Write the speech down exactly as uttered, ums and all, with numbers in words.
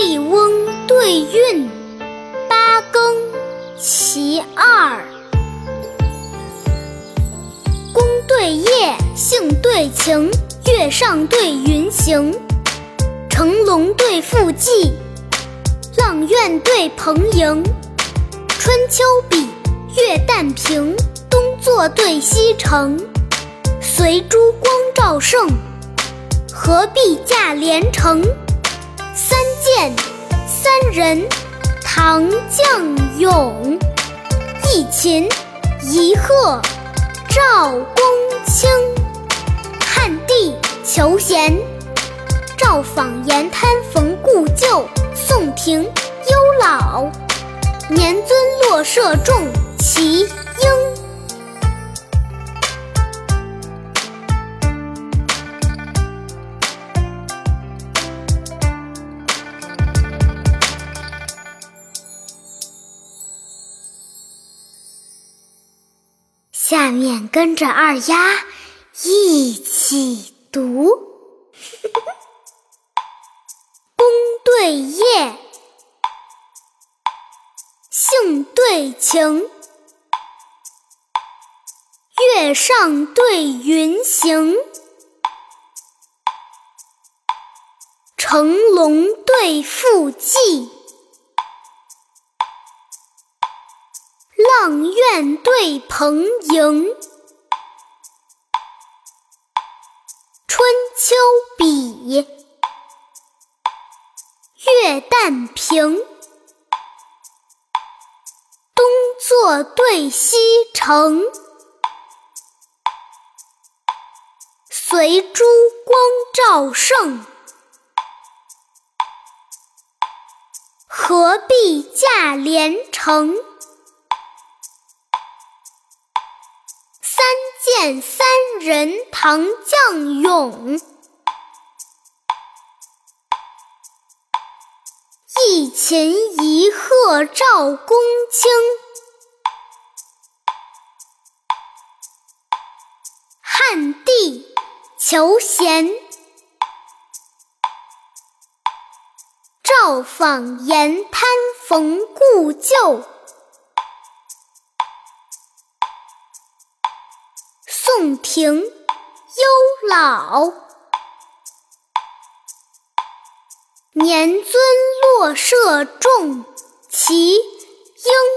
笠翁对韵，八更其二。宫对夜，杏对晴，月上对云行。乘龙对复骑，阆苑对蓬瀛。春秋笔，月旦平，东坐对西城。随珠光照盛，何必驾连城。三剑三人，唐将勇。一琴一鹤，赵公卿。汉帝求贤，赵访言贪逢故旧。宋庭忧老，年尊落舍众其英。下面跟着二丫一起读。宫对夜，杏对晴，月上对云行。乘龙对复骑，阆苑对蓬瀛。春秋笔，月旦平，东坐对西城。随珠光照盛，何必驾连城。三剑三人，唐将勇。一琴一鹤，赵公卿。汉帝求贤，赵访言贪逢故旧。宋庭忧老，年尊落舍众其英。